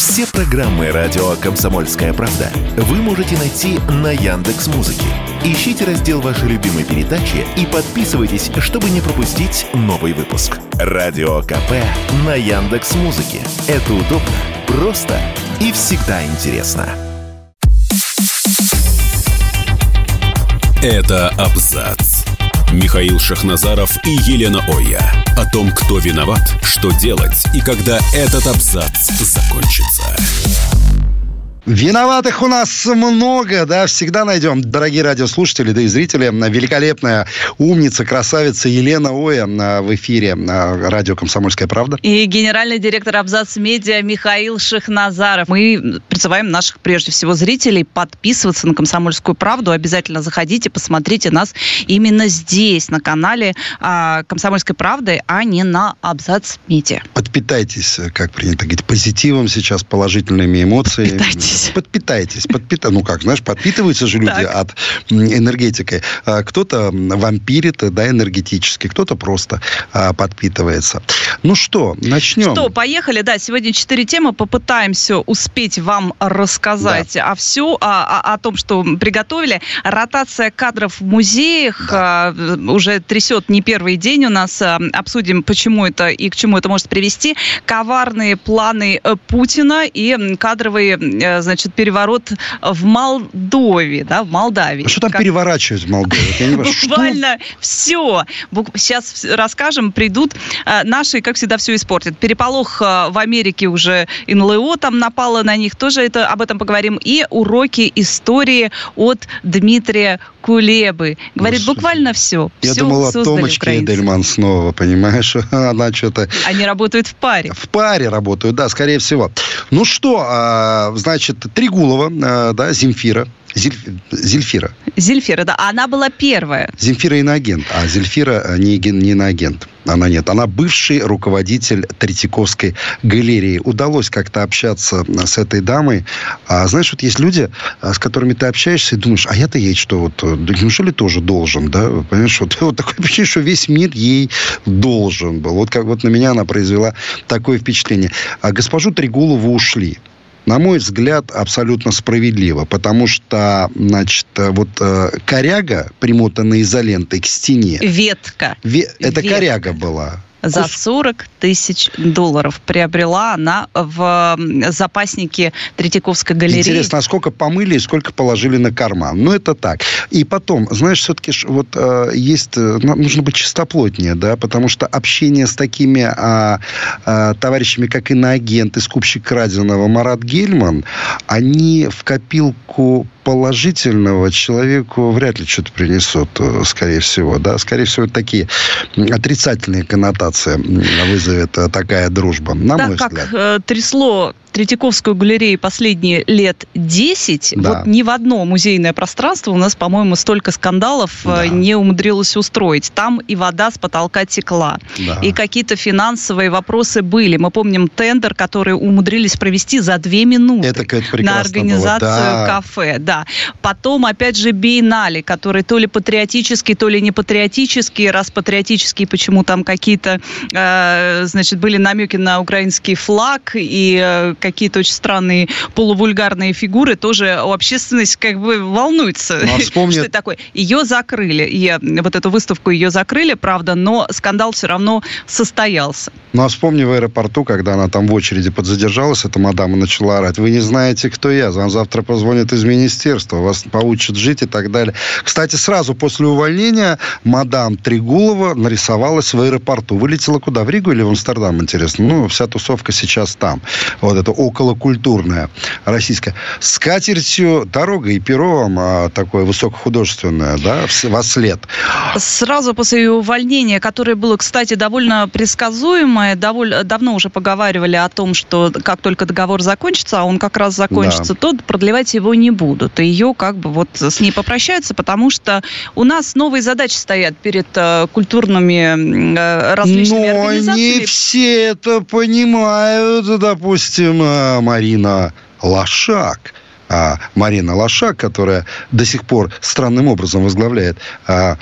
Все программы радио «Комсомольская правда» вы можете найти на Яндекс.Музыке. Ищите раздел вашей любимой передачи и подписывайтесь, чтобы не пропустить новый выпуск. Радио КП на Яндекс.Музыке. Это удобно, просто и всегда интересно. Это «Абзац». Михаил Шахназаров и Елена Оя. О том, кто виноват, что делать и когда этот абзац закончится. Виноватых у нас много, да, всегда найдем. Дорогие радиослушатели, да и зрители, великолепная умница, красавица Елена Оя в эфире радио «Комсомольская правда». И генеральный директор «Абзац Медиа» Михаил Шахназаров. Мы призываем наших, прежде всего, зрителей подписываться на «Комсомольскую правду». Обязательно заходите, посмотрите нас именно здесь, на канале «Комсомольской правды», а не на «Абзац Медиа». Подпитайтесь, как принято говорить, позитивом сейчас, положительными эмоциями. Подпитайтесь. Ну как, знаешь, подпитываются же люди от энергетики. Кто-то вампирит, да, энергетически, кто-то просто подпитывается. Ну что, начнем. Что, поехали, да, сегодня 4 темы, попытаемся успеть вам рассказать о том, что приготовили. Ротация кадров в музеях уже трясет не первый день у нас. Обсудим, почему это и к чему это может привести. Коварные планы Путина и кадровый, значит, переворот в Молдове, да, в Молдавии. Что там переворачивать в Молдове? Буквально все. Сейчас расскажем, придут наши, как всегда, все испортят. Переполох в Америке уже, НЛО там напало на них, тоже об этом поговорим. И уроки истории от Дмитрия Кулебы. Говорит, буквально все. Я думал, от Томочки Эдельман снова, понимаешь? Она что-то... Они работают в паре. В паре работают, да, скорее всего. Ну что, значит, Трегулова, да, Земфира, да. Она была первая. Земфира иноагент, а Зельфира не иноагент. Она нет. Она бывший руководитель Третьяковской галереи. Удалось как-то общаться с этой дамой. Знаешь, вот есть люди, с которыми ты общаешься и думаешь, а я-то ей что, вот, неужели тоже должен, да? Понимаешь, вот такое впечатление, что весь мир ей должен был. Вот как вот на меня она произвела такое впечатление. А госпожу Трегулову ушли. На мой взгляд, абсолютно справедливо, потому что, значит, вот коряга, примотанная изолентой к стене... Ветка. Это коряга была. За $40 тысяч приобрела она в запаснике Третьяковской галереи. Интересно, а сколько помыли и сколько положили на карман? Ну, это так. И потом, знаешь, все-таки вот есть... Нужно быть чистоплотнее, да, потому что общение с такими товарищами, как иноагент и скупщик краденого Марат Гельман, они в копилку положительного человеку вряд ли что-то принесут, скорее всего, да. Скорее всего, такие отрицательные коннотации вызовет такая дружба, на мой взгляд. Как трясло Третьяковскую галерею последние лет 10, вот ни в одно музейное пространство у нас, по-моему, столько скандалов не умудрилось устроить. Там и вода с потолка текла, и какие-то финансовые вопросы были. Мы помним тендер, который умудрились провести за 2 минуты на организацию кафе. Да. Потом, опять же, биеннале, который то ли патриотический, то ли не патриотический. Раз патриотический, почему там какие-то, значит, были намеки на украинский флаг и какие-то очень странные полувульгарные фигуры, тоже общественность как бы волнуется. Что это такое? Ее закрыли. Вот эту выставку ее закрыли, правда, но скандал все равно состоялся. Ну, а вспомни в аэропорту, когда она там в очереди подзадержалась, эта мадама начала орать: вы не знаете, кто я, вам завтра позвонят из министерства, вас поучат жить и так далее. Кстати, сразу после увольнения мадам Трегулова нарисовалась в аэропорту. Вылетела куда? В Ригу или в Амстердам, интересно? Ну, вся тусовка сейчас там. Вот это околокультурная российская. С скатертью дорога и перо вам такое высокохудожественное, да, вослед. Сразу после ее увольнения, которое было, кстати, довольно предсказуемое, давно уже поговаривали о том, что как только договор закончится, а он как раз закончится, то продлевать его не будут. И ее как бы вот с ней попрощаются, потому что у нас новые задачи стоят перед культурными различными организациями. Но не все это понимают, допустим, Марина Лошак. Марина Лошак, которая до сих пор странным образом возглавляет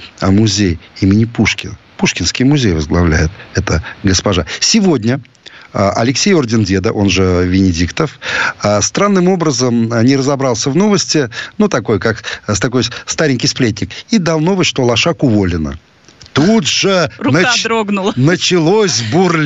музей имени Пушкина. Пушкинский музей возглавляет эта госпожа. Сегодня Алексей Орден Деда, он же Венедиктов, странным образом не разобрался в новости, такой старенький сплетник, и дал новость, что Лошак уволена. Тут же началось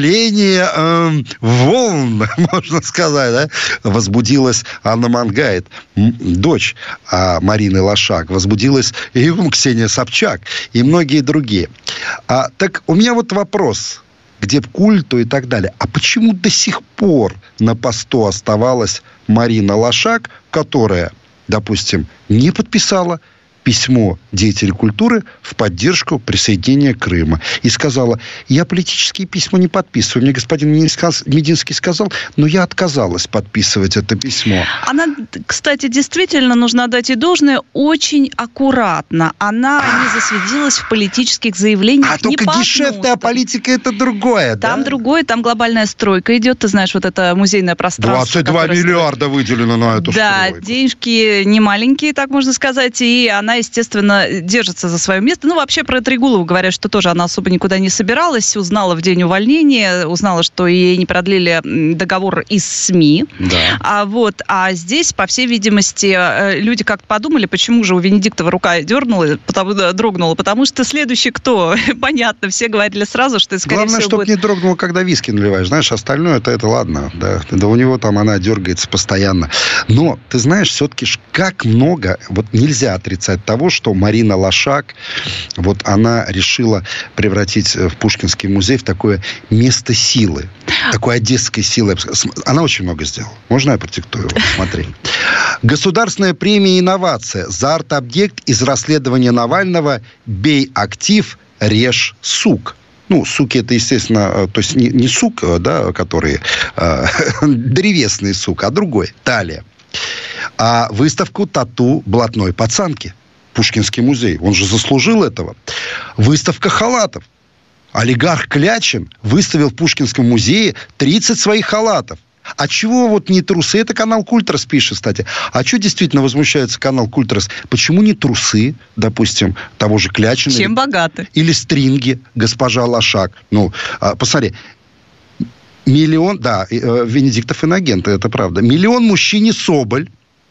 бурление волн, можно сказать, да? Возбудилась Анна Мангайт, дочь Марины Лошак, возбудилась и Ксения Собчак, и многие другие. Так у меня вот вопрос, где культу и так далее. А почему до сих пор на посту оставалась Марина Лошак, которая, допустим, не подписала письмо деятелей культуры в поддержку присоединения Крыма. И сказала, я политические письма не подписываю. Мне господин Мединский сказал, но я отказалась подписывать это письмо. Она, кстати, действительно, нужно отдать ей должное, очень аккуратно. Она не засветилась в политических заявлениях. А только гешефтная политика – это другое, там другое, там глобальная стройка идет. Ты знаешь, вот это музейное пространство. 22 миллиарда выделено на эту стройку. Да, денежки не маленькие, так можно сказать. И она, естественно, держится за свое место. Вообще про Трегулову говорят, что тоже она особо никуда не собиралась. Узнала в день увольнения, узнала, что ей не продлили договор из СМИ. Да. А здесь, по всей видимости, люди как-то подумали, почему же у Венедиктова рука дрогнула. Потому что следующий кто? Понятно, все говорили сразу, что, скорее Главное, всего, чтобы не дрогнуло, когда виски наливаешь. Знаешь, остальное это ладно. Да у него там она дергается постоянно. Но, ты знаешь, все-таки как много, нельзя отрицать того, что Марина Лошак, она решила превратить в Пушкинский музей в такое место силы. Такой одесской силы. Она очень много сделала. Можно я продиктую? Смотри. Государственная премия «Инновация» за арт-объект из расследования Навального «Бей актив, режь сук». Суки это, естественно, то есть не сук, да, который древесный сук, а другой, талия. А выставку тату блатной пацанки. Пушкинский музей. Он же заслужил этого. Выставка халатов. Олигарх Клячин выставил в Пушкинском музее 30 своих халатов. А чего не трусы? Это канал Культрас пишет, кстати. А что действительно возмущается канал Культрас? Почему не трусы, допустим, того же Клячина? Чем богаты? Или стринги госпожа Лошак? Посмотри. Венедиктов иноагент, это правда. Миллион мужчине Соболь.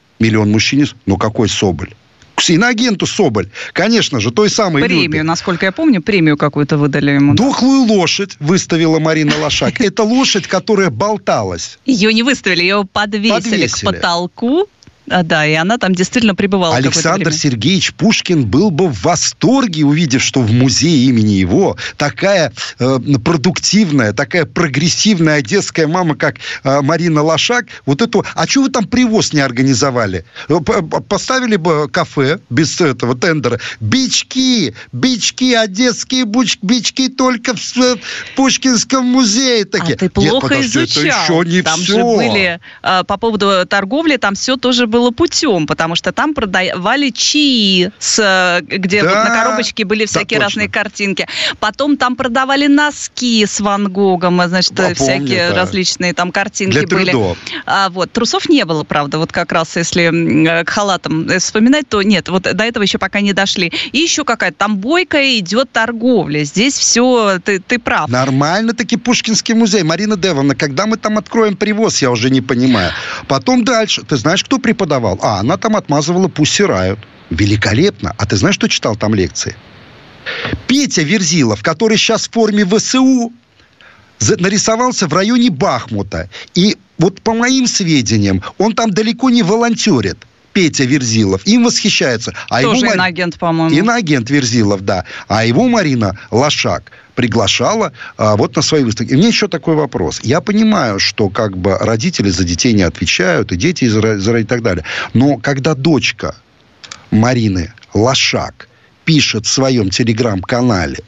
Какой Соболь? Иноагенту Соболь. Конечно же, той самой премию, Любе. Насколько я помню, премию какую-то выдали ему. Дохлую лошадь выставила Марина Лошак. Это лошадь, которая болталась. Ее не выставили, ее подвесили к потолку. Да, и она там действительно пребывала. Александр Сергеевич Пушкин был бы в восторге, увидев, что в музее имени его такая продуктивная, такая прогрессивная одесская мама, как Марина Лошак. А чего вы там привоз не организовали? Поставили бы кафе без этого тендера. Бички, одесские бички только в Пушкинском музее. Такие. А ты плохо изучал. Это еще не там все. Же были, по поводу торговли, там все тоже было путем, потому что там продавали чаи, где на коробочке были всякие разные картинки. Потом там продавали носки с Ван Гогом, всякие различные там картинки для были. Трусов не было, правда, как раз если к халатам вспоминать, то нет, до этого еще пока не дошли. И еще какая-то там бойкая идет торговля. Здесь все, ты прав. Нормально-таки Пушкинский музей. Марина Девовна, когда мы там откроем привоз, я уже не понимаю. Потом дальше. Ты знаешь, кто преподавал? Она там отмазывала Пусси Райот. Великолепно. А ты знаешь, что читал там лекции? Петя Верзилов, который сейчас в форме ВСУ, нарисовался в районе Бахмута. И по моим сведениям, он там далеко не волонтерит. Петя Верзилов. Им восхищается. Тоже иноагент, по-моему. Иноагент Верзилов, да. А его Марина Лошак приглашала на свои выставки. И мне еще такой вопрос. Я понимаю, что родители за детей не отвечают, и дети и так далее. Но когда дочка Марины Лошак пишет в своем телеграм-канале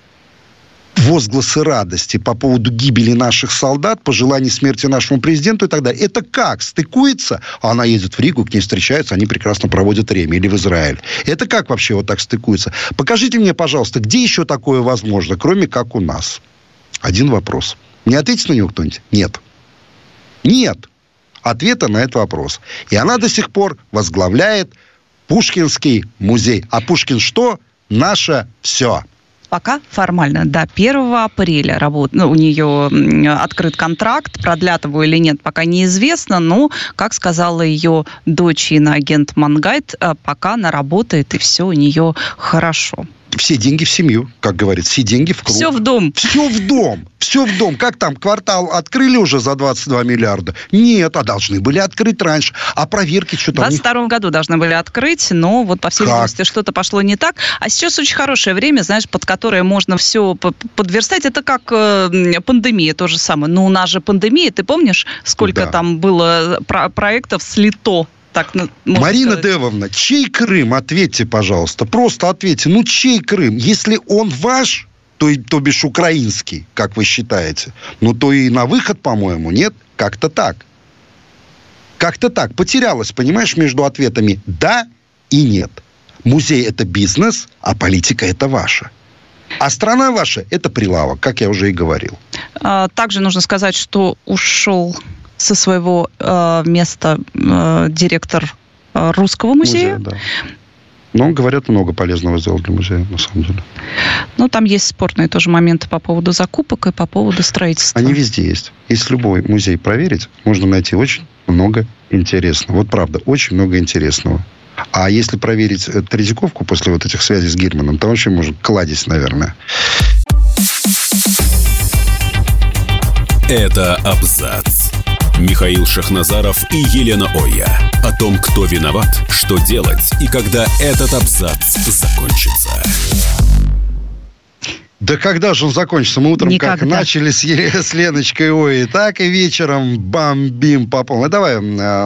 возгласы радости по поводу гибели наших солдат, пожеланий смерти нашему президенту и так далее. Это как? Стыкуется? Она едет в Ригу, к ней встречаются, они прекрасно проводят время. Или в Израиль. Это как вообще так стыкуется? Покажите мне, пожалуйста, где еще такое возможно, кроме как у нас? Один вопрос. Не ответит на него кто-нибудь? Нет. Нет ответа на этот вопрос. И она до сих пор возглавляет Пушкинский музей. А Пушкин что? Наше все. пока формально до 1 апреля у нее открыт контракт. Продлят его или нет, пока неизвестно. Но, как сказала ее дочь и иноагент Мангайт, пока она работает, и все у нее хорошо. Все деньги в семью, как говорится, все деньги в круг. Все в дом. Все в дом. Все в дом. Как там, квартал открыли уже за 22 миллиарда? Нет, а должны были открыть раньше. А проверки что-то... В 2022 году должны были открыть, но вот, по всей видимости, что-то пошло не так. А сейчас очень хорошее время, знаешь, под которое можно все подверстать. Это как пандемия, то же самое. Но у нас же пандемия, ты помнишь, сколько там было проектов слито? Так, Марина Девовна, чей Крым? Ответьте, пожалуйста. Просто ответьте. Ну, чей Крым? Если он ваш, то бишь украинский, как вы считаете, ну, то и на выход, по-моему, нет? Как-то так. Как-то так. Потерялась, понимаешь, между ответами «да» и «нет». Музей – это бизнес, а политика – это ваша. А страна ваша – это прилавок, как я уже и говорил. Также нужно сказать, что ушел со своего места директор Русского музея. Да. Но, говорят, много полезного сделал для музея, на самом деле. Ну, там есть спорные тоже моменты по поводу закупок и по поводу строительства. Они везде есть. Если любой музей проверить, можно найти очень много интересного. Вот правда, очень много интересного. А если проверить Третьяковку после вот этих связей с Гирманом, то вообще может кладезь, наверное. Это абзац. Михаил Шахназаров и Елена Оя. О том, кто виноват, что делать и когда этот абзац закончится. Да когда же он закончится? Мы утром никогда. Как начали с Леночкой Ой, так и вечером бомбим по полной. Давай,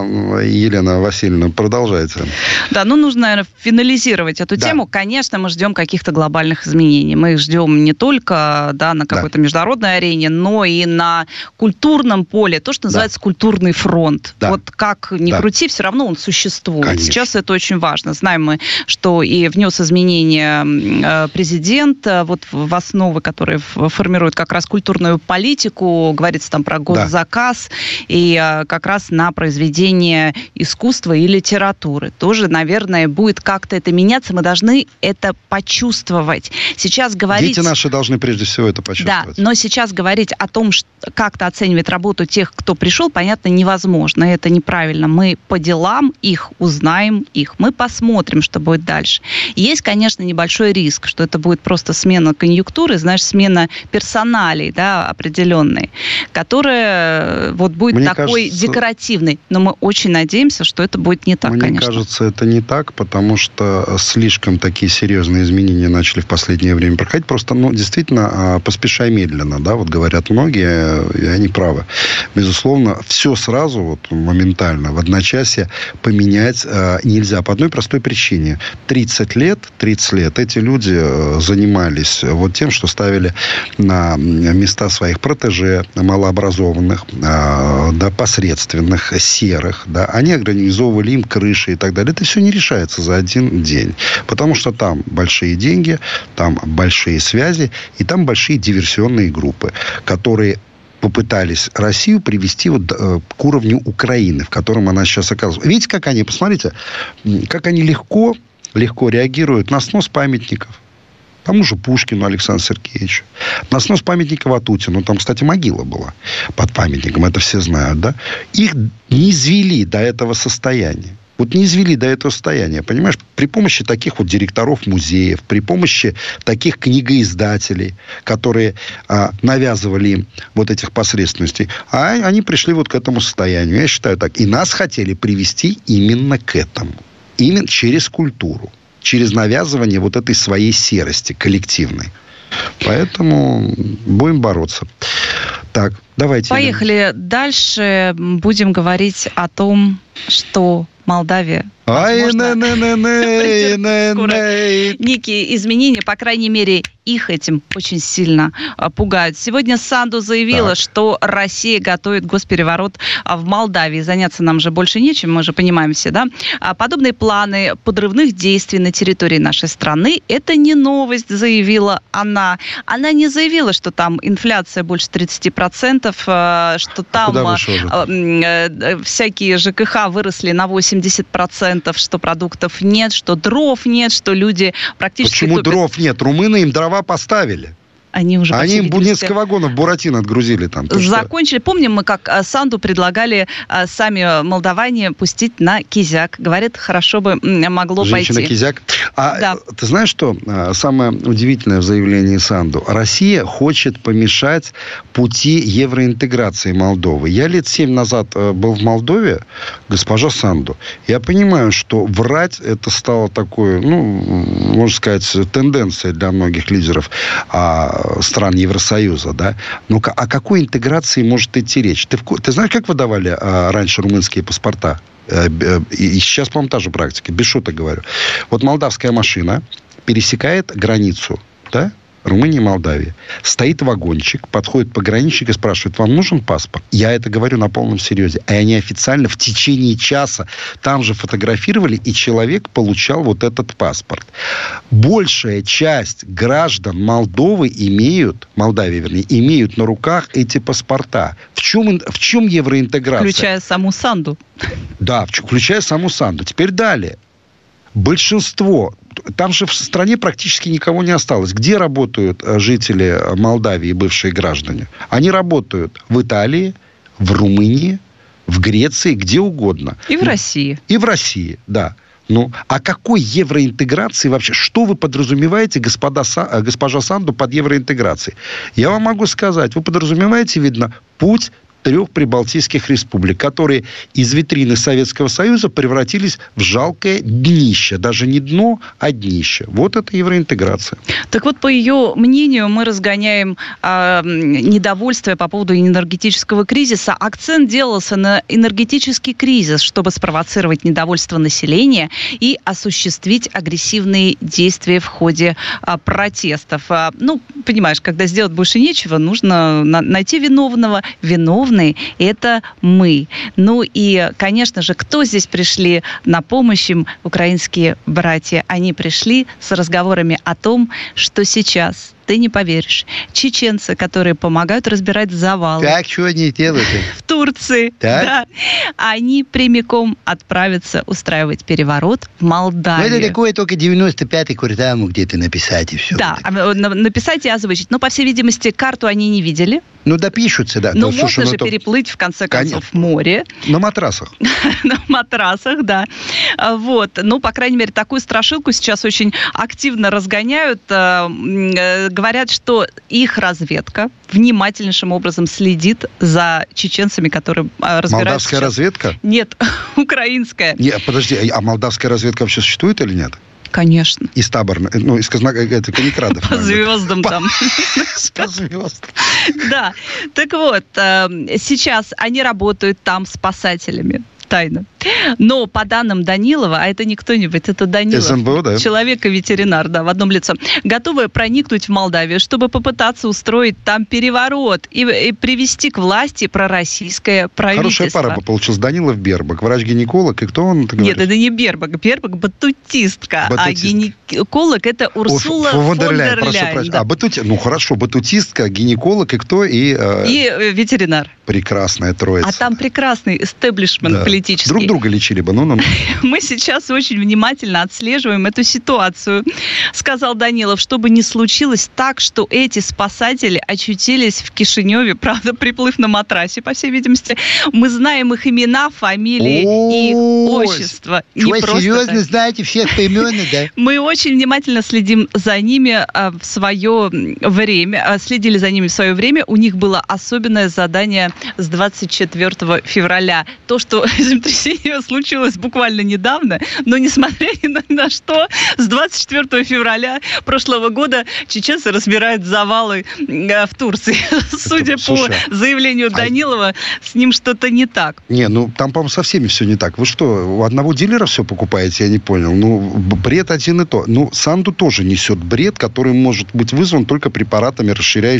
Елена Васильевна, продолжайте. Да, нужно, наверное, финализировать эту тему. Конечно, мы ждем каких-то глобальных изменений. Мы их ждем не только на какой-то международной арене, но и на культурном поле. То, что называется культурный фронт. Да. Вот как ни крути, все равно он существует. Конечно. Сейчас это очень важно. Знаем мы, что и внес изменения президент вот в основы, которые формируют как раз культурную политику. Говорится там про госзаказ и как раз на произведение искусства и литературы. Тоже, наверное, будет как-то это меняться. Мы должны это почувствовать. Сейчас говорить... Дети наши должны прежде всего это почувствовать. Да, но сейчас говорить о том, что как-то оценивать работу тех, кто пришел, понятно, невозможно. Это неправильно. Мы по делам их узнаем, мы посмотрим, что будет дальше. Есть, конечно, небольшой риск, что это будет просто смена конъюнктуры, знаешь, смена персоналей, определенной, которая вот будет Мне такой кажется, декоративной. Но мы очень надеемся, что это будет не так, конечно. Мне кажется, это не так, потому что слишком такие серьезные изменения начали в последнее время проходить. Просто, действительно, поспешай медленно, вот говорят многие, и они правы. Безусловно, все сразу, моментально, в одночасье поменять нельзя по одной простой причине. 30 лет эти люди занимались тем, что ставили на места своих протеже, малообразованных, посредственных, серых. Они организовывали им крыши и так далее. Это все не решается за один день. Потому что там большие деньги, там большие связи и там большие диверсионные группы, которые попытались Россию привести к уровню Украины, в котором она сейчас оказывается. Видите, как они, посмотрите, как они легко реагируют на снос памятников. Тому же Пушкину Александру Сергеевичу. На снос памятника Ватутину. Там, кстати, могила была под памятником. Это все знают, да? Их не извели до этого состояния. Не извели до этого состояния, понимаешь? При помощи таких директоров музеев, при помощи таких книгоиздателей, которые навязывали им этих посредственностей, а они пришли к этому состоянию. Я считаю так. И нас хотели привести именно к этому. Именно через культуру. Через навязывание этой своей серости коллективной. Поэтому будем бороться. Так, давайте. Поехали дальше. Будем говорить о том, что Молдавия некие изменения, по крайней мере, их этим очень сильно пугают. Сегодня Санду заявила, что Россия готовит госпереворот в Молдавии. Заняться нам же больше нечем, мы же понимаем все, да? Подобные планы подрывных действий на территории нашей страны – это не новость, заявила она. Она не заявила, что там инфляция больше 30%, что там всякие ЖКХ выросли на 80%, аргументов, что продуктов нет, что дров нет, что люди практически... Почему дров нет? Румыны им дрова поставили. Они им несколько вагонов Буратино отгрузили там. Закончили. Помним мы, как Санду предлагали сами молдаване пустить на Кизяк. Говорят, хорошо бы могло пойти. Женщина-Кизяк. Да. Ты знаешь, что самое удивительное в заявлении Санду? Россия хочет помешать пути евроинтеграции Молдовы. Я лет 7 назад был в Молдове, госпожа Санду. Я понимаю, что врать это стало такой, можно сказать, тенденцией для многих лидеров стран Евросоюза, да? Но о какой интеграции может идти речь? Ты знаешь, как выдавали раньше румынские паспорта? И сейчас, по-моему, та же практика. Без шуток говорю. Вот молдавская машина пересекает границу, да? Румынии и Молдавии. Стоит вагончик, подходит пограничник и спрашивает, вам нужен паспорт? Я это говорю на полном серьезе. И они официально в течение часа там же фотографировали, и человек получал вот этот паспорт. Большая часть граждан Молдавии имеют на руках эти паспорта. В чем евроинтеграция? Включая саму Санду. Да, включая саму Санду. Теперь далее. Большинство... Там же в стране практически никого не осталось. Где работают жители Молдавии, бывшие граждане? Они работают в Италии, в Румынии, в Греции, где угодно. И в России. И в России, да. О какой евроинтеграции вообще? Что вы подразумеваете, госпожа Санду, под евроинтеграцией? Я вам могу сказать, вы подразумеваете, видно, путь 3 прибалтийских республик, которые из витрины Советского Союза превратились в жалкое днище. Даже не дно, а днище. Вот это евроинтеграция. Так вот, по ее мнению, мы разгоняем недовольствие по поводу энергетического кризиса. Акцент делался на энергетический кризис, чтобы спровоцировать недовольство населения и осуществить агрессивные действия в ходе протестов. Понимаешь, когда сделать больше нечего, нужно найти виновного. Виновный – это мы. И, конечно же, кто здесь пришли на помощь им? Украинские братья. Они пришли с разговорами о том, что сейчас, ты не поверишь, чеченцы, которые помогают разбирать завалы. Так, что они делают? В Турции. Да, они прямиком отправятся устраивать переворот в Молдавию. Это такое только 95-й квартал где-то написать и все. Да, написать и озвучить. Но, по всей видимости, карту они не видели. Допишутся, да. Но можно же переплыть, в конце концов, в море. На матрасах. На матрасах, да. По крайней мере, такую страшилку сейчас очень активно разгоняют. Говорят, что их разведка внимательнейшим образом следит за чеченцами, которые разбираются. Молдавская разведка? Нет, украинская. Нет, подожди, а молдавская разведка вообще существует или нет? Конечно. Из таборных, из Конекрадов. По звездам там. По звездам. Да. Так вот, сейчас они работают там спасателями. Тайно. Но по данным Данилова, а это не кто-нибудь, это Данилов, СНБО, да? Человек и ветеринар, да, в одном лице, готовы проникнуть в Молдавию, чтобы попытаться устроить там переворот и привести к власти пророссийское правительство. Хорошая пара получилась. Данилов, Бербак, врач-гинеколог, и кто он? Нет, это не Бербак. Бербак батутистка, а гинеколог это Урсула фон дер Ляйен. Да. Хорошо, батутистка, гинеколог, и кто? И ветеринар. Прекрасная троица. А там прекрасный эстеблишмент политический. Друг друга лечили бы. Мы сейчас очень внимательно отслеживаем эту ситуацию, сказал Данилов, чтобы не случилось так, что эти спасатели очутились в Кишиневе, правда, приплыв на матрасе, по всей видимости. Мы знаем их имена, фамилии и отчества. Чего, серьезно знаете всех по именам, да? Мы очень внимательно следим за ними в свое время, следили за ними в свое время. У них было особенное задание с 24 февраля. То, что землетрясение случилось буквально недавно, но несмотря ни на что, с 24 февраля прошлого года чеченцы разбирают завалы в Турции. Судя по заявлению Данилова, с ним что-то не так. Там, по-моему, со всеми все не так. Вы что, у одного дилера все покупаете? Я не понял. Бред один и то. Санду тоже несет бред, который может быть вызван только препаратами,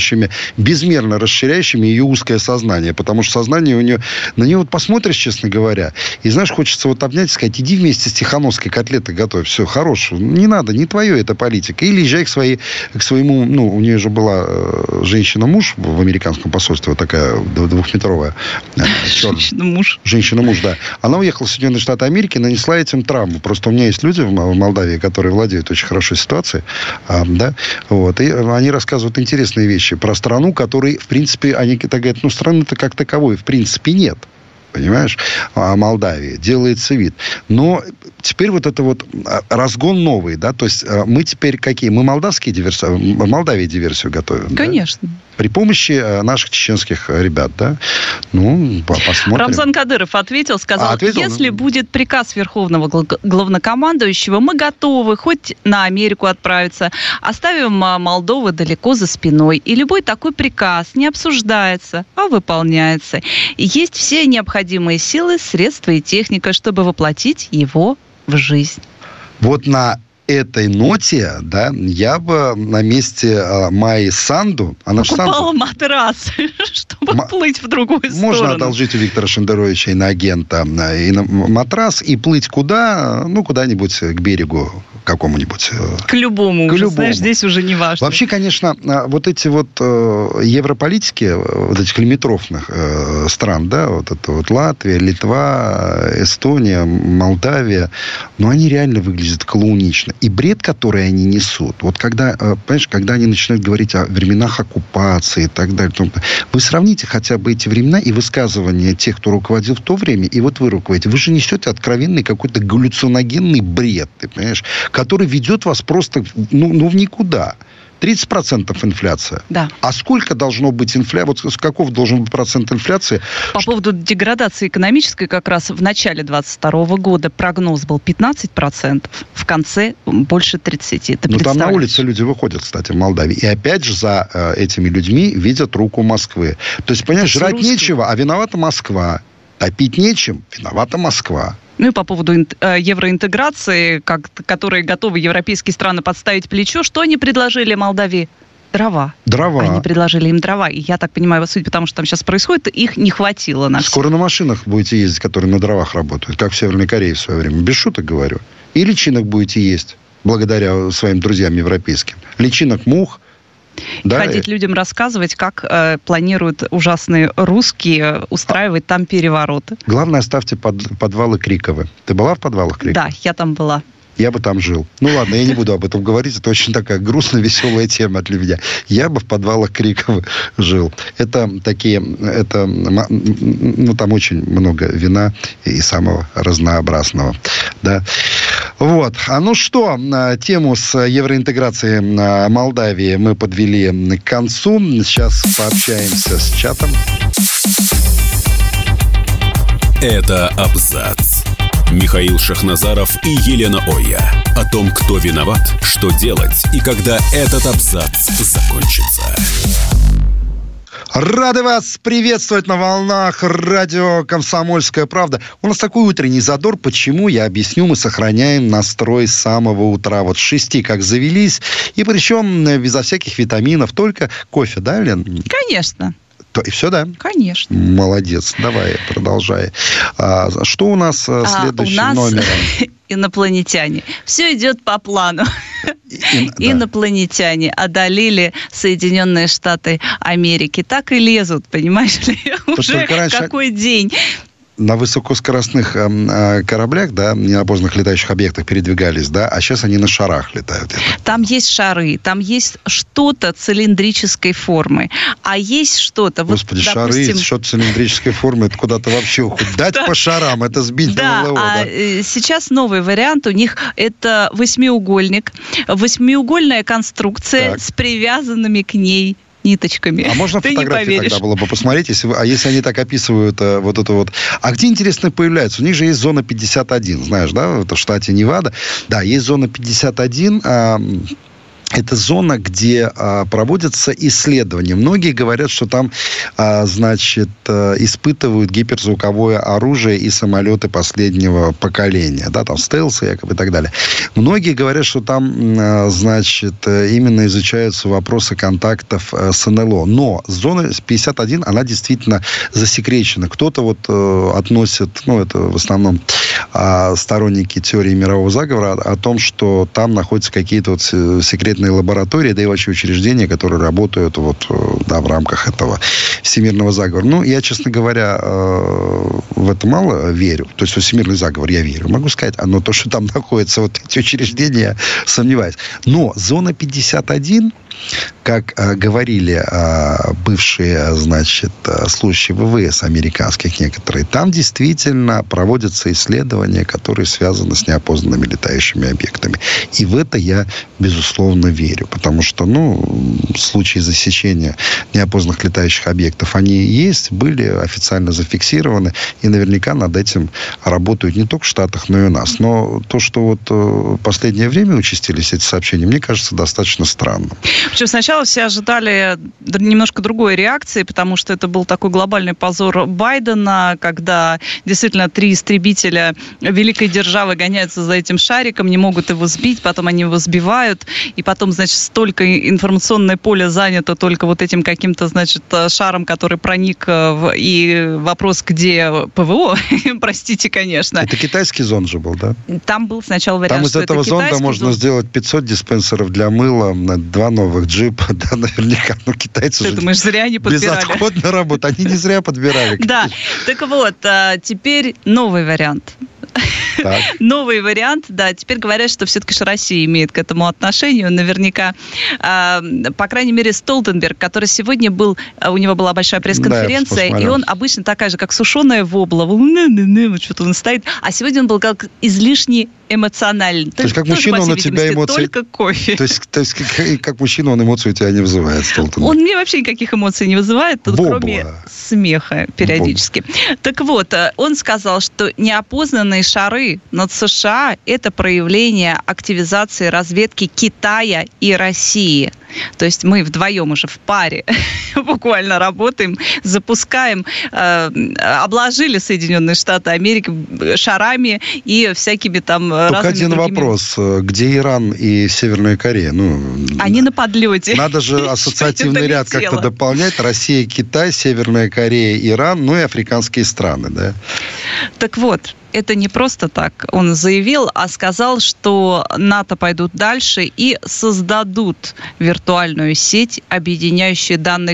безмерно расширяющими ее узкое сознание. Потому что сознание у нее... На нее посмотришь, честно говоря, говоря. И, знаешь, хочется вот обнять и сказать, иди вместе с Тихановской котлеты готовь. Все, хорош. Не надо, не твое это политика. Или езжай к своему... Ну, у нее же была женщина-муж в американском посольстве, вот такая двухметровая. Женщина-муж. Женщина-муж, да. Она уехала в Соединенные Штаты Америки, нанесла этим травму. Просто у меня есть люди в Молдавии, которые владеют очень хорошо ситуацией. Да? Вот. И они рассказывают интересные вещи про страну, которой, в принципе, они говорят, ну, страны-то как таковой, в принципе, нет. Понимаешь? Молдавии. Делается вид. Но теперь вот это вот разгон новый, да? То есть мы теперь какие? Мы молдавские диверсии, в Молдавии диверсию готовим. Конечно. Да? При помощи наших чеченских ребят, да? Ну, посмотрим. Рамзан Кадыров сказал, если будет приказ Верховного главнокомандующего, мы готовы хоть на Америку отправиться, оставим Молдову далеко за спиной. И любой такой приказ не обсуждается, а выполняется. И есть все необходимые силы, средства и техника, чтобы воплотить его в жизнь. Вот на этой ноте, да, я бы на месте Майи Санду... Покупала матрас, чтобы плыть в другую сторону. Можно одолжить у Виктора Шендеровича иноагента матрас и плыть куда? Ну, куда-нибудь к берегу какому-нибудь. К любому. Знаешь, здесь уже не важно. Вообще, конечно, вот эти вот европолитики, вот этих лимитрофных стран, да, вот это вот Латвия, Литва, Эстония, Молдавия, но они реально выглядят клоунично. И бред, который они несут, вот когда, понимаешь, когда они начинают говорить о временах оккупации и так далее, вы сравните хотя бы эти времена и высказывания тех, кто руководил в то время, и вот вы руководите. Вы же несете откровенный какой-то галлюциногенный бред, ты понимаешь, который ведет вас просто, в никуда. 30% инфляция. Да. А сколько должно быть инфляция? Вот с какого должен быть процент инфляции? По поводу деградации экономической, как раз в начале 2022 года прогноз был 15%, в конце больше 30%. Но там на улице люди выходят, кстати, в Молдавии. И опять же за этими людьми видят руку Москвы. То есть, понимаешь, жрать нечего, а виновата Москва. А пить нечем, виновата Москва. Ну и по поводу евроинтеграции, которые готовы европейские страны подставить плечо, что они предложили Молдавии? Дрова. Они предложили им дрова. И я так понимаю, судя по тому, что там сейчас происходит, их не хватило на все. Скоро на машинах будете ездить, которые на дровах работают, как в Северной Корее в свое время. Без шуток говорю. И личинок будете есть, благодаря своим друзьям европейским. Личинок, мух. Да, ходить людям рассказывать, как планируют ужасные русские устраивать там перевороты. Главное, оставьте подвалы Криковы. Ты была в подвалах Криковы? Да, я там была. Я бы там жил. Ну ладно, я не буду об этом говорить. Это очень такая грустная, веселая тема для меня. Я бы в подвалах Крикова жил. Там очень много вина и самого разнообразного. Да. Вот. Ну что, тему с евроинтеграцией Молдавии мы подвели к концу. Сейчас пообщаемся с чатом. Это абзац. Михаил Шахназаров и Елена Оя. О том, кто виноват, что делать и когда этот абзац закончится. Рады вас приветствовать на волнах радио «Комсомольская правда». У нас такой утренний задор. Почему? Я объясню. Мы сохраняем настрой с самого утра. Вот с 6 как завелись. И причем безо всяких витаминов. Только кофе, да, Лен? Конечно. И все, да? Конечно. Молодец. Давай, продолжай. Что у нас следующим номером? Инопланетяне. Все идет по плану. Инопланетяне одолели Соединенные Штаты Америки. Так и лезут, понимаешь ли? Уже какой день. На высокоскоростных кораблях, да, неопознанных летающих объектах передвигались, да, а сейчас они на шарах летают. Там есть шары, там есть что-то цилиндрической формы, а есть что-то... Господи, вот, допустим... шары, что-то цилиндрической формы, это куда-то вообще уходит. Дать по шарам, это сбить НЛО. Да, сейчас новый вариант у них это восьмиугольник, восьмиугольная конструкция с привязанными к ней ниточками. А можно фотографии тогда было бы посмотреть, если они так описывают вот это вот. А где, интересно, появляются? У них же есть зона 51, знаешь, да, это в штате Невада. Да, есть зона 51, это зона, где проводятся исследования. Многие говорят, что там, испытывают гиперзвуковое оружие и самолеты последнего поколения. Да, там стелсы якобы и так далее. Многие говорят, что там, именно изучаются вопросы контактов с НЛО. Но зона 51, она действительно засекречена. Кто-то относит, это в основном сторонники теории мирового заговора, о том, что там находятся какие-то секретные лаборатории, да и вообще учреждения, которые работают в рамках этого всемирного заговора. Я, честно говоря, в это мало верю. То есть, в всемирный заговор я верю, могу сказать. Но то, что там находятся эти учреждения, я сомневаюсь. Но зона 51, как говорили бывшие, служащие ВВС американских некоторые, там действительно проводятся исследования, которые связаны с неопознанными летающими объектами. И в это я, безусловно, верю. Потому что, случаи засечения неопознанных летающих объектов, они есть, были официально зафиксированы. И наверняка над этим работают не только в Штатах, но и у нас. Но то, что в последнее время участились эти сообщения, мне кажется, достаточно странным. Причем сначала все ожидали немножко другой реакции, потому что это был такой глобальный позор Байдена, когда действительно 3 истребителя великой державы гоняются за этим шариком, не могут его сбить, потом они его сбивают, и потом, столько информационное поле занято только этим каким-то, шаром, который проник и вопрос, где ПВО, простите, конечно. Это китайский зонд же был, да? Там был сначала вариант, там из этого зонда можно сделать 500 диспенсеров для мыла, 2 новых джипа, да, наверняка. Китайцы ты думаешь, зря они подбирали? Безотходно работают. Они не зря подбирали. Да. Так теперь новый вариант. Новый вариант, да. Теперь говорят, что все-таки Россия имеет к этому отношение. Наверняка, по крайней мере, Столтенберг, который сегодня у него была большая пресс-конференция, и он обычно такая же, как сушеная вобла. Что-то он стоит. А сегодня он был как излишне эмоциональный. То есть, как мужчина, он у тебя эмоции... Только кофе. То есть как мужчина, он эмоций у тебя не вызывает, Столтенберг. Он мне вообще никаких эмоций не вызывает, кроме смеха периодически. Так он сказал, что неопознанные шары над США – это проявление активизации разведки Китая и России. То есть мы вдвоем уже в паре буквально работаем, запускаем, обложили Соединенные Штаты Америки шарами и всякими там только разными один другими... вопрос. Где Иран и Северная Корея? Они на подлете. Надо же ассоциативный ряд как-то дополнять. Россия, Китай, Северная Корея, Иран, и африканские страны, да? Так это не просто так он заявил, а сказал, что НАТО пойдут дальше и создадут виртуальную сеть, объединяющую данные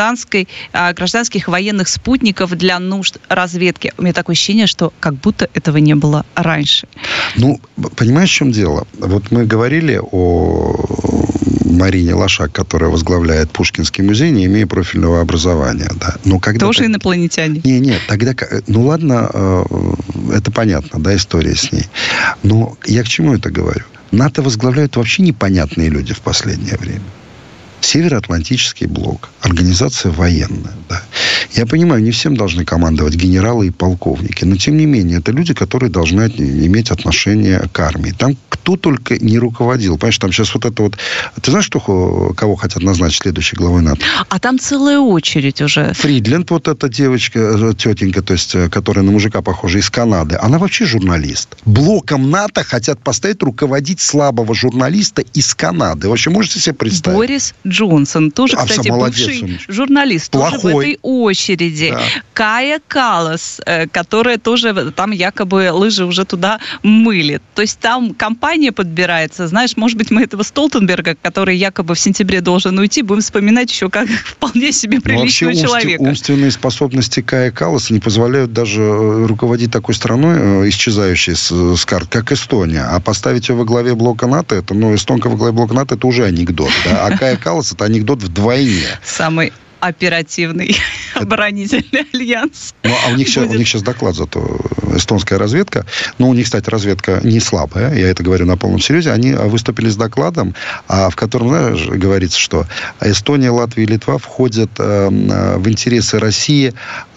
гражданских военных спутников для нужд разведки. У меня такое ощущение, что как будто этого не было раньше. Понимаешь, в чем дело? Мы говорили о Марине Лошак, которая возглавляет Пушкинский музей, не имея профильного образования. Да. Тоже инопланетяне? Нет, тогда... ладно, это понятно, да, история с ней. Но я к чему это говорю? НАТО возглавляют вообще непонятные люди в последнее время. Североатлантический блок, организация военная. Да. Я понимаю, не всем должны командовать генералы и полковники, но тем не менее, это люди, которые должны иметь отношение к армии. Там кто только не руководил. Понимаешь, там сейчас Ты знаешь, кого хотят назначить следующей главой НАТО? А там целая очередь уже. Фридленд, эта девочка, тетенька, то есть, которая на мужика похожа, из Канады, она вообще журналист. Блоком НАТО хотят поставить руководить слабого журналиста из Канады. Вообще, можете себе представить? Борис Джонсон, тоже, кстати, бывший журналист, тоже в этой очереди. Да. Кая Каллас, которая тоже там якобы лыжи уже туда мылит. То есть там компания подбирается. Знаешь, может быть, мы этого Столтенберга, который якобы в сентябре должен уйти, будем вспоминать еще как вполне себе приличного человека. Умственные способности Кая Калласа не позволяют даже руководить такой страной, исчезающей с карт, как Эстония. А поставить ее во главе блока НАТО, эстонка во главе блока НАТО, это уже анекдот. Да? А Кая Каллас это анекдот вдвойне. Самый оперативный оборонительный альянс. А у них сейчас доклад зато эстонская разведка. У них, кстати, разведка не слабая, я это говорю на полном серьезе. Они выступили с докладом, в котором, знаешь, говорится, что Эстония, Латвия и Литва входят в интересы России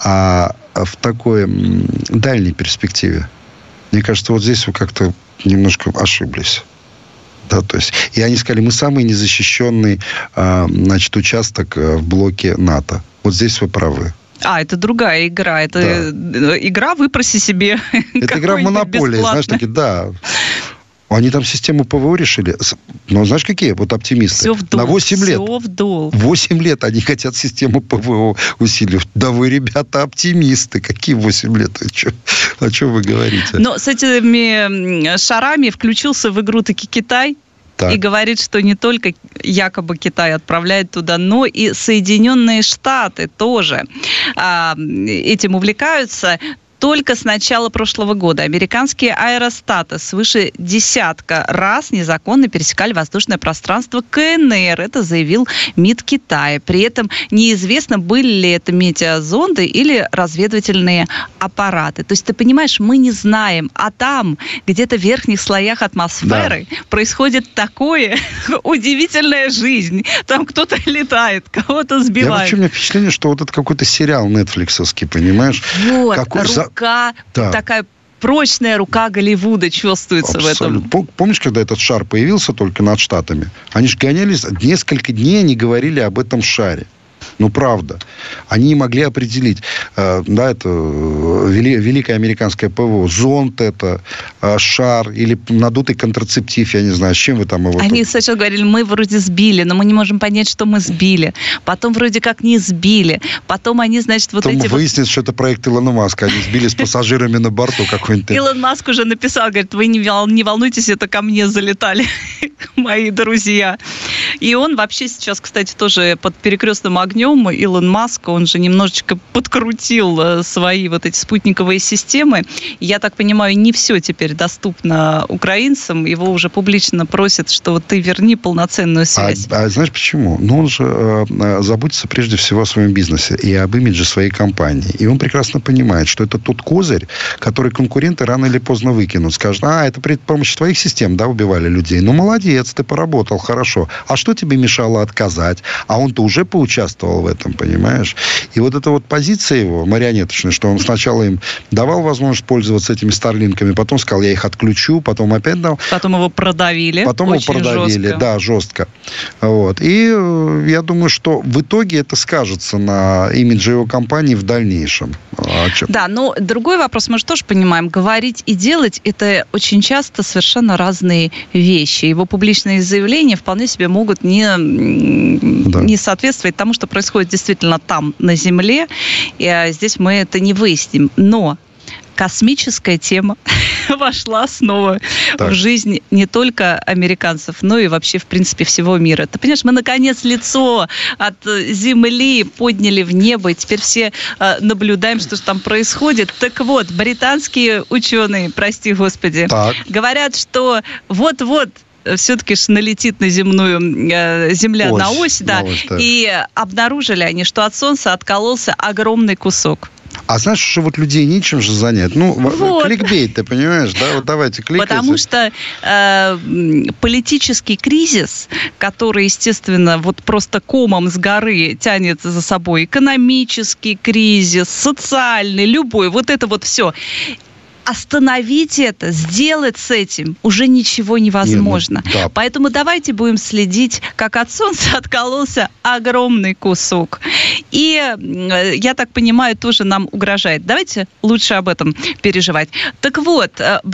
в такой дальней перспективе. Мне кажется, здесь вы как-то немножко ошиблись. Да, то есть, и они сказали, мы самый незащищенный, участок в блоке НАТО. Вот здесь вы правы. Это другая игра. Это игра «Выпроси себе». Это игра в монополии, знаешь, такие, да. Они там систему ПВО решили. Но знаешь, какие? Вот оптимисты. Все вдол. На 8 лет. Все вдол. 8 лет они хотят систему ПВО усиливать. Да вы, ребята, оптимисты. Какие 8 лет? О чем вы говорите? Но с этими шарами включился в игру таки Китай. Так. И говорит, что не только якобы Китай отправляет туда, но и Соединенные Штаты тоже этим увлекаются. Только с начала прошлого года американские аэростаты свыше 10 раз незаконно пересекали воздушное пространство КНР. Это заявил МИД Китая. При этом неизвестно, были ли это метеозонды или разведывательные аппараты. То есть, ты понимаешь, мы не знаем. А там, где-то в верхних слоях атмосферы, происходит такое, удивительная жизнь. Там кто-то летает, кого-то сбивает. Вообще, у меня впечатление, что вот это какой-то сериал нетфликсовский, понимаешь? Вот, рука, такая прочная рука Голливуда чувствуется абсолютно. в этом. Помнишь, когда этот шар появился только над Штатами? Они же гонялись, несколько дней они говорили об этом шаре. Ну, правда. Они не могли определить, это великое американское ПВО, зонд это, шар или надутый контрацептив, я не знаю, с чем вы там его... Они сначала говорили, мы вроде сбили, но мы не можем понять, что мы сбили. Потом вроде как не сбили. Потом они, значит, вот потом эти... выяснится, что это проект Илона Маска. Они сбили с пассажирами на борту какой-нибудь... Илон Маск уже написал, говорит, вы не волнуйтесь, это ко мне залетали мои друзья. И он вообще сейчас, кстати, тоже под перекрестным огнем. Илон Маск, он же немножечко подкрутил свои вот эти спутниковые системы. Я так понимаю, не все теперь доступно украинцам. Его уже публично просят, что вот ты верни полноценную связь. А знаешь почему? Ну, он же заботится прежде всего о своем бизнесе и об имидже своей компании. И он прекрасно понимает, что это тот козырь, который конкуренты рано или поздно выкинут. Скажут, это при помощи твоих систем, убивали людей. Ну, молодец, ты поработал хорошо. А что тебе мешало отказать? А он-то уже поучаствовал в этом, понимаешь? И вот эта вот позиция его, марионеточная, что он сначала им давал возможность пользоваться этими старлинками, потом сказал, я их отключу, потом опять дал. Потом его продавили. Потом его продавили, жестко. Жестко. Вот. И я думаю, что в итоге это скажется на имидже его компании в дальнейшем. Да, но другой вопрос, мы же тоже понимаем, говорить и делать это очень часто совершенно разные вещи. Его публичные заявления вполне себе могут не соответствовать тому, что происходит действительно там, на Земле. И здесь мы это не выясним. Но космическая тема вошла снова в жизнь не только американцев, но и вообще, в принципе, всего мира. Ты понимаешь, мы, наконец, лицо от Земли подняли в небо, и теперь все наблюдаем, что же там происходит. Так вот, британские ученые, прости господи, говорят, что вот-вот все-таки налетит на Земля на ось, и обнаружили они, что от Солнца откололся огромный кусок. А знаешь, что вот людей нечем же занять? Кликбейт, ты понимаешь, да? Вот давайте кликайте. Потому что политический кризис, который, естественно, вот просто комом с горы тянет за собой экономический кризис, социальный, любой, вот это вот все. Остановить это, сделать с этим уже ничего невозможно. Поэтому давайте будем следить, как от Солнца откололся огромный кусок. И, я так понимаю, тоже нам угрожает. Давайте лучше об этом переживать. Так вот,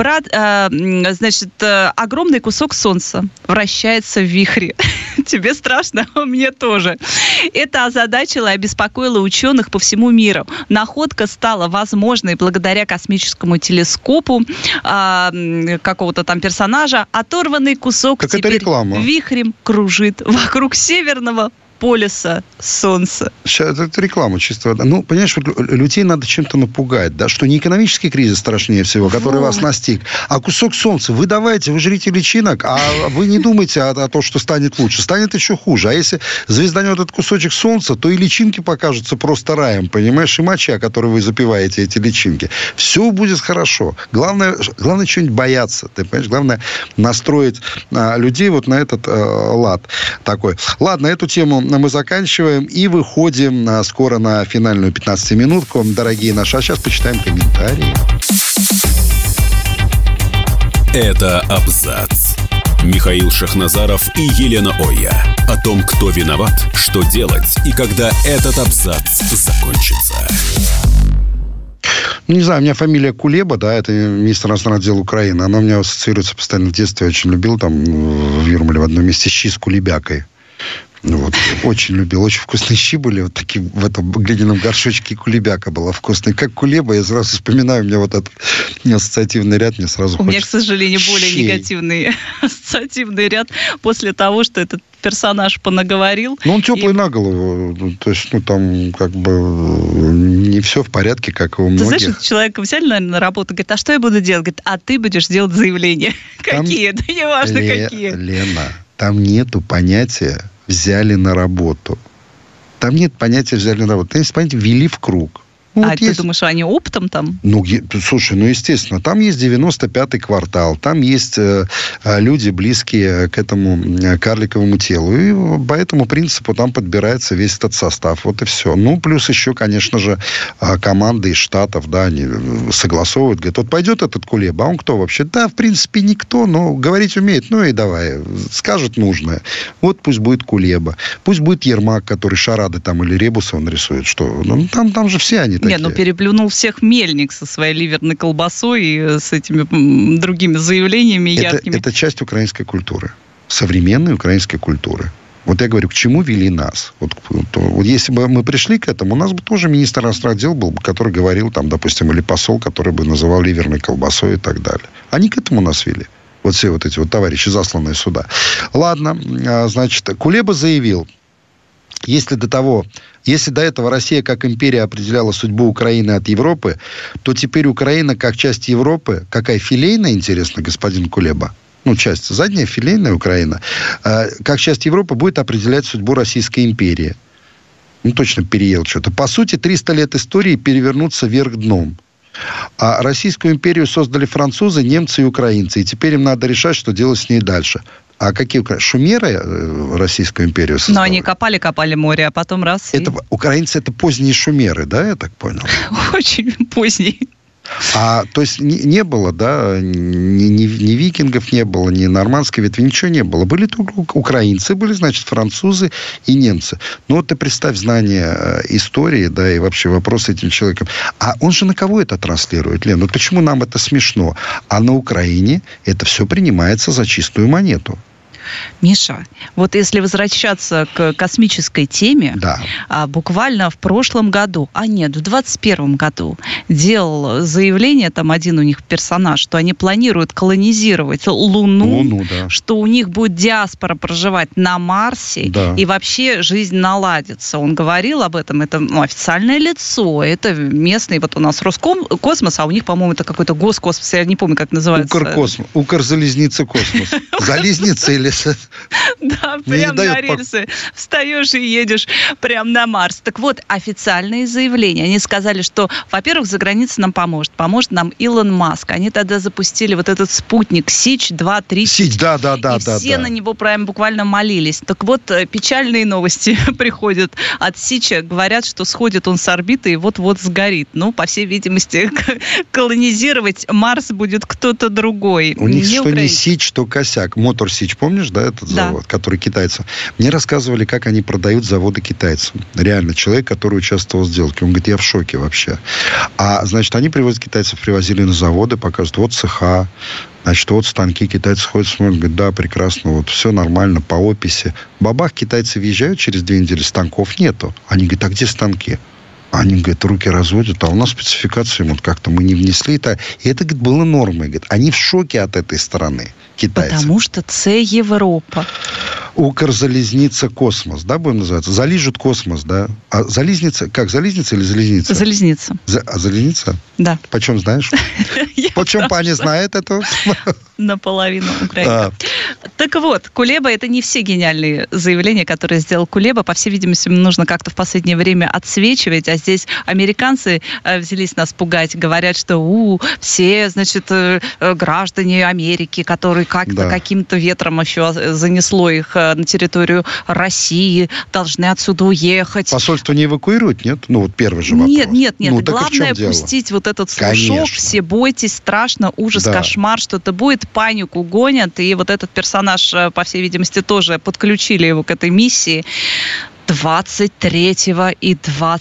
огромный кусок Солнца вращается в вихре. Тебе страшно? Мне тоже. Это озадачило и обеспокоило ученых по всему миру. Находка стала возможной благодаря космическому телескопу какого-то там персонажа. Оторванный кусок теперь вихрем кружит вокруг северного полюса Солнца. Сейчас это реклама чисто. Ну, понимаешь, людей надо чем-то напугать, да, что не экономический кризис страшнее всего, который вас настиг, а кусок Солнца. Вы давайте, вы жрите личинок, а вы не думайте о том, что станет лучше. Станет еще хуже. А если звезданет этот кусочек Солнца, то и личинки покажутся просто раем, понимаешь, и моча, которой вы запиваете эти личинки. Все будет хорошо. Главное что-нибудь бояться. Ты понимаешь? Главное настроить людей вот на этот лад такой. Ладно, эту тему мы заканчиваем и выходим скоро на финальную 15-минутку. Дорогие наши, а сейчас почитаем комментарии. Это абзац. Михаил Шахназаров и Елена Оя. О том, кто виноват, что делать и когда этот абзац закончится. Не знаю, у меня фамилия Кулеба, да, это министр иностранных дел Украины. Она у меня ассоциируется постоянно в детстве. Я очень любил там в Юрмале в одном месте щи с кулебякой. Вот. Очень любил. Очень вкусные щи были. Вот такие в этом глиняном горшочке кулебяка была вкусная. Как кулеба, я сразу вспоминаю, у меня вот этот ассоциативный ряд, мне сразу У меня, к сожалению, более негативный ассоциативный ряд после того, что этот персонаж понаговорил. Ну, он теплый на голову. То есть, там как бы не все в порядке, как и у многих. Ты знаешь, человека взяли, наверное, на работу, говорит, а что я буду делать? Говорит, а ты будешь делать заявления. Какие? Да неважно, какие. Лена, там нету понятия «взяли на работу». Там нет понятия «взяли на работу». Там есть понятие «ввели в круг». Ну, ты думаешь, что они оптом там? Ну, слушай, естественно, там есть 95-й квартал, там есть люди, близкие к этому карликовому телу. И по этому принципу там подбирается весь этот состав. Вот и все. Ну, плюс еще, конечно же, команды из штатов, да, они согласовывают. Говорят, вот пойдет этот Кулеба, а он кто вообще? Да, в принципе, никто, но говорить умеет. Ну, и давай, скажет нужное. Вот пусть будет Кулеба. Пусть будет Ермак, который шарады там или ребусы он рисует. Что? Ну, там же все они такие. Нет, ну переплюнул всех Мельник со своей ливерной колбасой и с этими другими заявлениями яркими. Это часть украинской культуры. Современной украинской культуры. Вот я говорю, к чему вели нас? Вот если бы мы пришли к этому, у нас бы тоже министр иностранных дел был, который говорил, там, допустим, или посол, который бы называл ливерной колбасой и так далее. Они к этому нас вели. Вот все вот эти вот товарищи, засланные сюда. Ладно, значит, Кулеба заявил, если до этого Россия как империя определяла судьбу Украины от Европы, то теперь Украина как часть Европы, какая филейная, интересно, господин Кулеба, часть задняя, филейная Украина, как часть Европы будет определять судьбу Российской империи. Точно переел что-то. По сути, 300 лет истории перевернутся вверх дном. А Российскую империю создали французы, немцы и украинцы. И теперь им надо решать, что делать с ней дальше. А какие шумеры Российскую империю создали? Но они копали море, а потом раз. Украинцы это поздние шумеры, да, я так понял? Очень поздние. То есть не было, да, ни викингов не было, ни нормандской ветви, ничего не было. Были только украинцы, были, значит, французы и немцы. Ну, вот ты представь знание истории, да, и вообще вопросы этим человеком. А он же на кого это транслирует, Лен? Вот почему нам это смешно? А на Украине это все принимается за чистую монету. Миша, вот если возвращаться к космической теме, да. Буквально в прошлом году, в 2021 году делал заявление, там один у них персонаж, что они планируют колонизировать Луну, да. Что у них будет диаспора проживать на Марсе, да. И вообще жизнь наладится. Он говорил об этом, это официальное лицо, это местный, вот у нас Роскосмос, а у них, по-моему, это какой-то Госкосмос, я не помню, как называется. Укрзалезница космос. Залезница или... Да, прям на рельсы. Встаешь и едешь прям на Марс. Так вот, официальные заявления. Они сказали, что, во-первых, за границей нам поможет. Поможет нам Илон Маск. Они тогда запустили вот этот спутник Сич-2-3. Сич, да. И все на него прям буквально молились. Так вот, печальные новости приходят от Сича. Говорят, что сходит он с орбиты и вот-вот сгорит. По всей видимости, колонизировать Марс будет кто-то другой. У них что не Сич, что косяк. Мотор Сич, помнишь, да, этот завод, который китайцам? Мне рассказывали, как они продают заводы китайцам. Реально, человек, который участвовал в сделке. Он говорит, я в шоке вообще. Значит, они китайцев привозили на заводы, показывают, вот цеха, значит, вот станки, китайцы ходят, смотрят, говорят, да, прекрасно, вот все нормально, по описи. Бабах, китайцы въезжают через 2 недели, станков нету. Они говорят, а где станки? Они, говорят, руки разводят, а у нас спецификации вот как-то мы не внесли. И это, говорит, было нормой. Говорит, они в шоке от этой стороны, китайцы. Потому что це Европа. Укрзалезница космос, да, будем называться? Залижут космос, да? А залезница, как, залезница или залезница? Залезница. Залезница? Да. Почем знаешь? Почем пани знает это? Наполовину украинка. Так вот, Кулеба, это не все гениальные заявления, которые сделал Кулеба. По всей видимости, нужно как-то в последнее время отсвечивать. А здесь американцы взялись нас пугать. Говорят, что все, значит, граждане Америки, которые как-то каким-то ветром еще занесло их на территорию России, должны отсюда уехать. Посольство не эвакуирует, нет? Вот первый же вопрос. Нет. Главное пустить вот этот слушок. Конечно. Все бойтесь, страшно, ужас, кошмар, что-то будет, панику гонят, и вот этот персонаж персонаж, по всей видимости, тоже подключили его к этой миссии. 23 и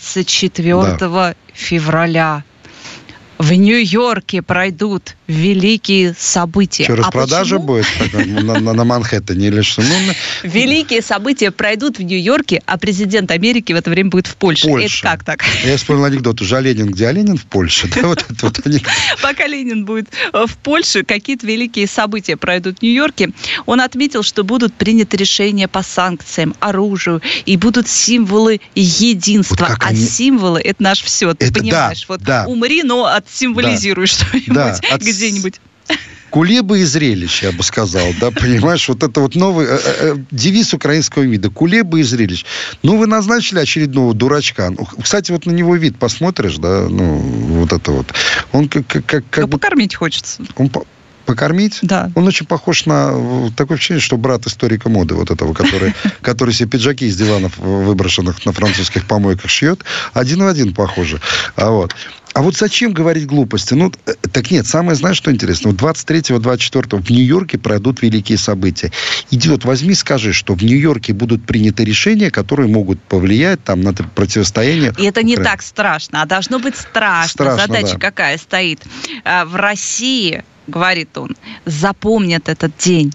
24 февраля в Нью-Йорке пройдут великие события. Что, распродажа будет на Манхэттене или что? Великие события пройдут в Нью-Йорке, а президент Америки в это время будет в Польше. Это как так? Я вспомнил анекдот. Уже Ленин, где Ленин в Польше? Пока Ленин будет в Польше, какие-то великие события пройдут в Нью-Йорке. Он отметил, что будут приняты решения по санкциям, оружию, и будут символы единства. А символы – это наше все. Ты понимаешь? Умри, но отсимволизируй что-нибудь где-нибудь. Кулеба и зрелищ, я бы сказал, да, понимаешь, вот это вот новый девиз украинского вида, кулеба и зрелищ. Ну, вы назначили очередного дурачка. Кстати, вот на него вид посмотришь, да, ну, вот это вот. Он как покормить хочется. Покормить? Да. Он очень похож на такое впечатление, что брат историка моды вот этого, который себе пиджаки из диванов, выброшенных на французских помойках, шьет. Один в один похоже. А вот зачем говорить глупости? Ну, так нет, самое, знаешь, что интересно? 23-24 в Нью-Йорке пройдут великие события. Идиот, возьми, скажи, что в Нью-Йорке будут приняты решения, которые могут повлиять там на противостояние. И это не так страшно, а должно быть страшно. Задача какая стоит? В России, говорит он, запомнят этот день.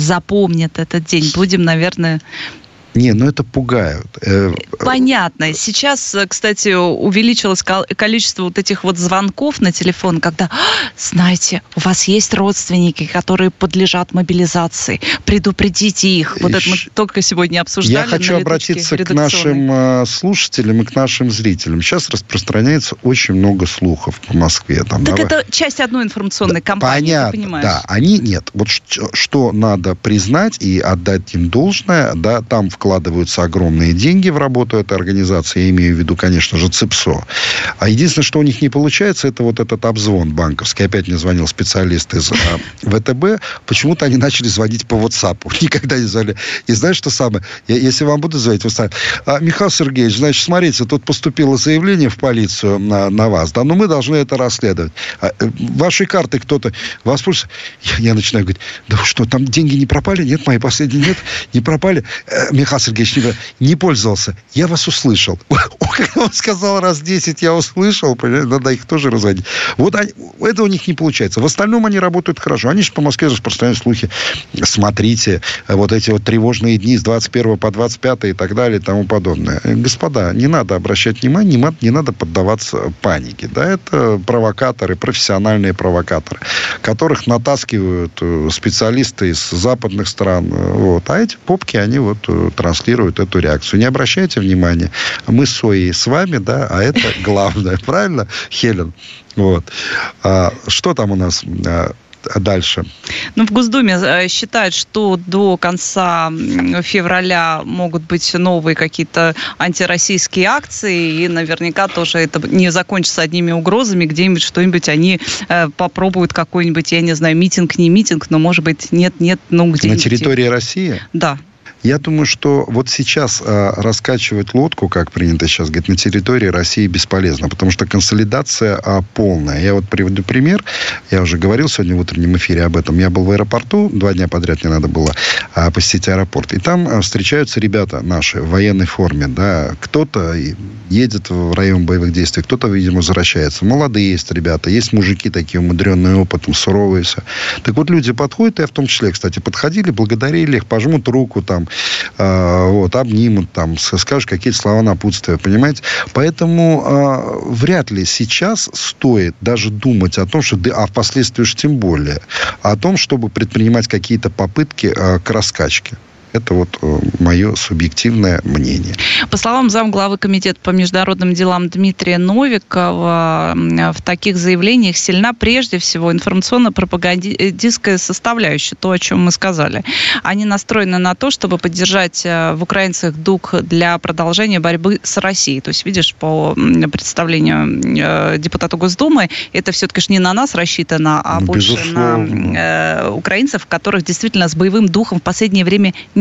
Будем, наверное... Не, ну это пугают. Понятно. Сейчас, кстати, увеличилось количество вот этих вот звонков на телефон, когда, знаете, у вас есть родственники, которые подлежат мобилизации. Предупредите их. Вот это мы только сегодня обсуждали. Я хочу обратиться к нашим слушателям и к нашим зрителям. Сейчас распространяется очень много слухов по Москве. Так это часть одной информационной кампании, понятно, ты понимаешь? Да, они нет. Вот что надо признать и отдать им должное, да, там вкладываются огромные деньги в работу этой организации. Я имею в виду, конечно же, ЦИПСО. А единственное, что у них не получается, это вот этот обзвон банковский. Опять мне звонил специалист из ВТБ. Почему-то они начали звонить по WhatsApp. Никогда не звонили. И знаешь, что самое? Если вам будут звонить, вы скажете: Михаил Сергеевич, значит, смотрите, тут поступило заявление в полицию на вас, да, но мы должны это расследовать. Вашей картой кто-то воспользовался. Я начинаю говорить: да что, там деньги не пропали? Нет, мои последние нет, не пропали. Михаил Сергеевич не пользовался. Я вас услышал. Он сказал раз 10, я услышал. Надо их тоже разводить. Вот это у них не получается. В остальном они работают хорошо. Они же по Москве распространяют слухи. Смотрите, вот эти вот тревожные дни с 21 по 25 и так далее и тому подобное. Господа, не надо обращать внимание, не надо поддаваться панике. Да, это провокаторы, профессиональные провокаторы, которых натаскивают специалисты из западных стран. Вот. А эти попки, они вот транслируют эту реакцию. Не обращайте внимания. Мы с Соей с вами, да, а это главное. Правильно, Хелен? Вот. Что там у нас дальше? Ну, в Госдуме считают, что до конца февраля могут быть новые какие-то антироссийские акции, и наверняка тоже это не закончится одними угрозами, где-нибудь что-нибудь они попробуют какой-нибудь, я не знаю, митинг, не митинг, но, может быть, нет, ну, где-нибудь. На территории России? Да. Я думаю, что вот сейчас раскачивать лодку, как принято сейчас говорить, на территории России бесполезно, потому что консолидация полная. Я вот приведу пример. Я уже говорил сегодня в утреннем эфире об этом. Я был в аэропорту, 2 дня подряд мне надо было посетить аэропорт. И там встречаются ребята наши в военной форме. Да. Кто-то едет в район боевых действий, кто-то, видимо, возвращается. Молодые есть ребята, есть мужики такие умудренные опытом, суровые все. Так вот, люди подходят, и я в том числе, кстати, подходили, благодарили их, пожмут руку там, вот, обнимут, там, скажут какие-то слова напутствия, понимаете? Поэтому вряд ли сейчас стоит даже думать о том, что, а впоследствии уж тем более, о том, чтобы предпринимать какие-то попытки к раскачке. Это вот мое субъективное мнение. По словам замглавы Комитета по международным делам Дмитрия Новикова, в таких заявлениях сильна прежде всего информационно-пропагандистская составляющая, то, о чем мы сказали. Они настроены на то, чтобы поддержать в украинцах дух для продолжения борьбы с Россией. То есть, видишь, по представлению депутата Госдумы, это все-таки не на нас рассчитано, а больше на украинцев, которых действительно с боевым духом в последнее время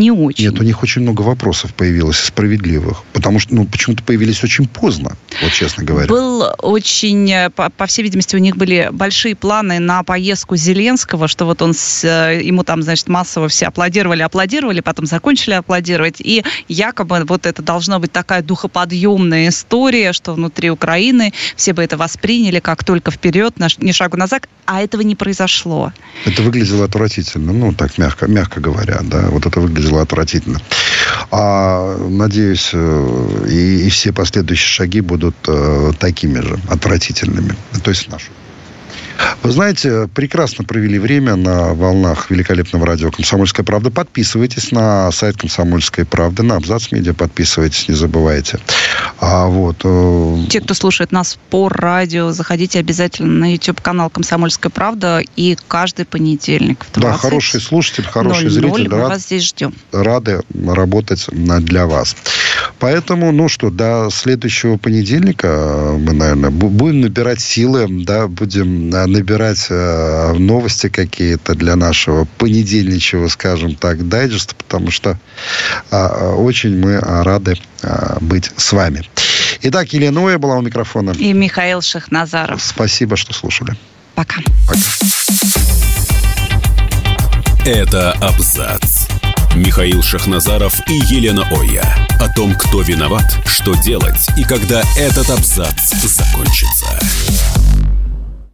не очень. Нет, у них очень много вопросов появилось, справедливых. Потому что, почему-то появились очень поздно, вот честно говоря. Был очень, по всей видимости, у них были большие планы на поездку Зеленского, что вот ему там, значит, массово все аплодировали, потом закончили аплодировать. И якобы вот это должна быть такая духоподъемная история, что внутри Украины все бы это восприняли как только вперед, ни шагу назад, а этого не произошло. Это выглядело отвратительно, так мягко говоря, да, вот это выглядело отвратительно. Надеюсь, и все последующие шаги будут такими же отвратительными, то есть наши. Вы знаете, прекрасно провели время на волнах великолепного радио «Комсомольская правда». Подписывайтесь на сайт «Комсомольской правды», на Абзац Медиа подписывайтесь, не забывайте. Те, кто слушает нас по радио, заходите обязательно на YouTube-канал «Комсомольская правда», и каждый понедельник в 20:00. Да, хороший слушатель, хороший зритель. Мы вас здесь ждем. Рады работать для вас. Поэтому, до следующего понедельника мы, наверное, будем набирать силы, да, будем набирать новости какие-то для нашего понедельничего, скажем так, дайджеста, потому что очень мы рады быть с вами. Итак, Елена Оя была у микрофона. И Михаил Шахназаров. Спасибо, что слушали. Пока. Это «Абзац». Михаил Шахназаров и Елена Оя. О том, кто виноват, что делать и когда этот абзац закончится.